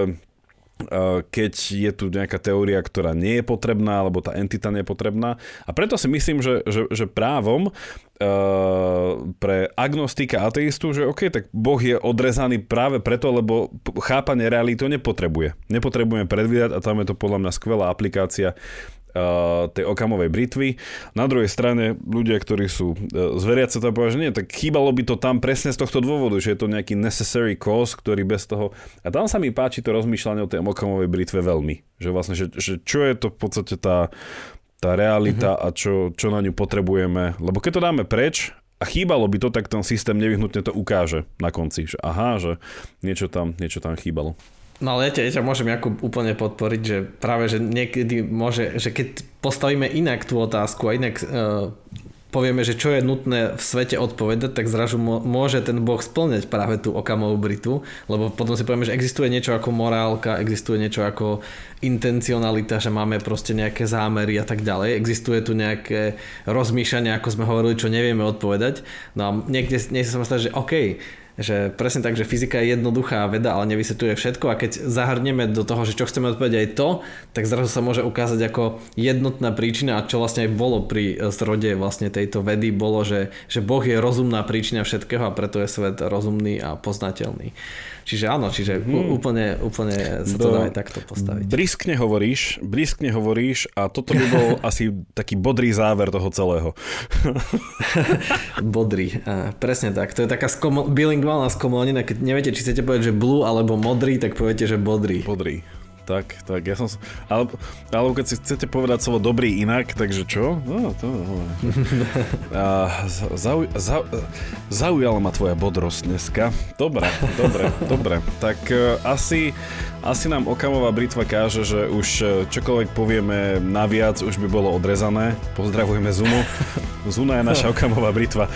keď je tu nejaká teória, ktorá nie je potrebná, alebo tá entita nie je potrebná. A preto si myslím, že, že, že právom uh, pre agnostika a ateistu, že OK, tak Boh je odrezaný práve preto, lebo chápanie reality to nepotrebuje. Nepotrebujeme predvídať a tam je to podľa mňa skvelá aplikácia tej Occamovej britvy. Na druhej strane ľudia, ktorí sú zveriaci, to povedia, že nie, tak chýbalo by to tam presne z tohto dôvodu, že je to nejaký necessary cause, ktorý bez toho... A tam sa mi páči to rozmýšľanie o tej Occamovej britve veľmi. Že vlastne, že, že čo je to v podstate tá, tá realita mm-hmm. a čo, čo na ňu potrebujeme. Lebo keď to dáme preč a chýbalo by to, tak ten systém nevyhnutne to ukáže na konci. Že aha, že niečo tam, niečo tam chýbalo. No ale ja ťa, ja ťa môžem ako úplne podporiť, že práve, že niekedy môže, že keď postavíme inak tú otázku a inak uh, povieme, že čo je nutné v svete odpovedať, tak zrazu môže ten Boh splňať práve tú Occamovú britvu, lebo potom si povieme, že existuje niečo ako morálka, existuje niečo ako intencionalita, že máme proste nejaké zámery a tak ďalej, existuje tu nejaké rozmýšľanie, ako sme hovorili, čo nevieme odpovedať. No a niekde, niekde sa stať, že OK, že presne tak, že fyzika je jednoduchá veda, ale nevysvetľuje všetko a keď zahrnieme do toho, že čo chceme odpovedať aj to, tak zrazu sa môže ukázať ako jednotná príčina a čo vlastne aj bolo pri zrode vlastne tejto vedy, bolo, že, že Boh je rozumná príčina všetkého a preto je svet rozumný a poznateľný. Čiže áno, čiže hmm. úplne, úplne sa to dá aj takto postaviť. Briskne hovoríš, briskne hovoríš a toto by bol asi taký bodrý záver toho celého. Bodrý, presne tak. To je taká skomo- bilingválna skomolnina, keď neviete, či chcete povedať, že blue alebo modrý, tak poviete, že bodrý. Bodrý. Tak, tak, ja som... Alebo, alebo keď si chcete povedať slovo dobrý inak, takže čo? No, to... No. Zau, zau, zaujala ma tvoja bodrosť dneska. Dobre, dobre, dobre. Tak uh, asi, asi nám Occamová britva káže, že už čokoľvek povieme naviac, už by bolo odrezané. Pozdravujeme Zunu. Zuna je naša Occamová britva.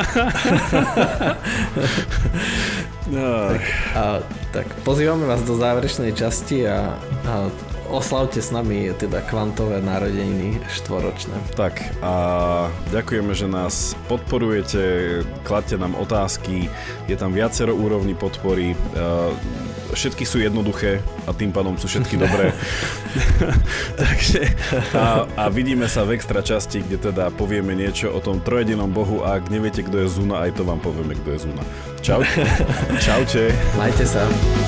No. Tak, a, tak pozývame vás do záverečnej časti a, a oslavte s nami teda kvantové narodeniny štvoročné. Tak a ďakujeme, že nás podporujete, kladte nám otázky, je tam viacero úrovní podpory. všetky sú jednoduché a tým pádom sú všetky dobré. Takže a, a vidíme sa v extra časti, kde teda povieme niečo o tom trojedinom Bohu a ak neviete, kto je Zuna, aj to vám povieme, kto je Zuna. Čaute. Čaute. Majte sa.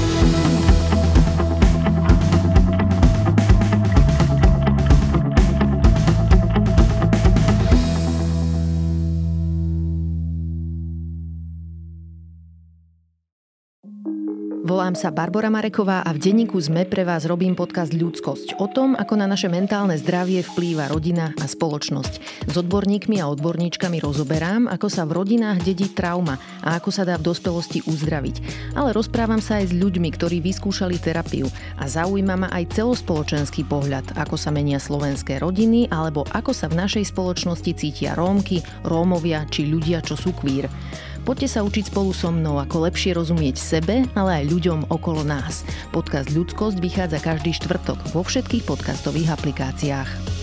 Volám sa Barbora Mareková a v denníku SME pre vás robím podcast Ľudskosť o tom, ako na naše mentálne zdravie vplýva rodina a spoločnosť. S odborníkmi a odborníčkami rozoberám, ako sa v rodinách dedí trauma a ako sa dá v dospelosti uzdraviť. Ale rozprávam sa aj s ľuďmi, ktorí vyskúšali terapiu a zaujíma ma aj celospoločenský pohľad, ako sa menia slovenské rodiny alebo ako sa v našej spoločnosti cítia Rómky, Rómovia či ľudia, čo sú queer. Poďte sa učiť spolu so mnou, ako lepšie rozumieť sebe, ale aj ľuďom okolo nás. Podcast Ľudskosť vychádza každý štvrtok vo všetkých podcastových aplikáciách.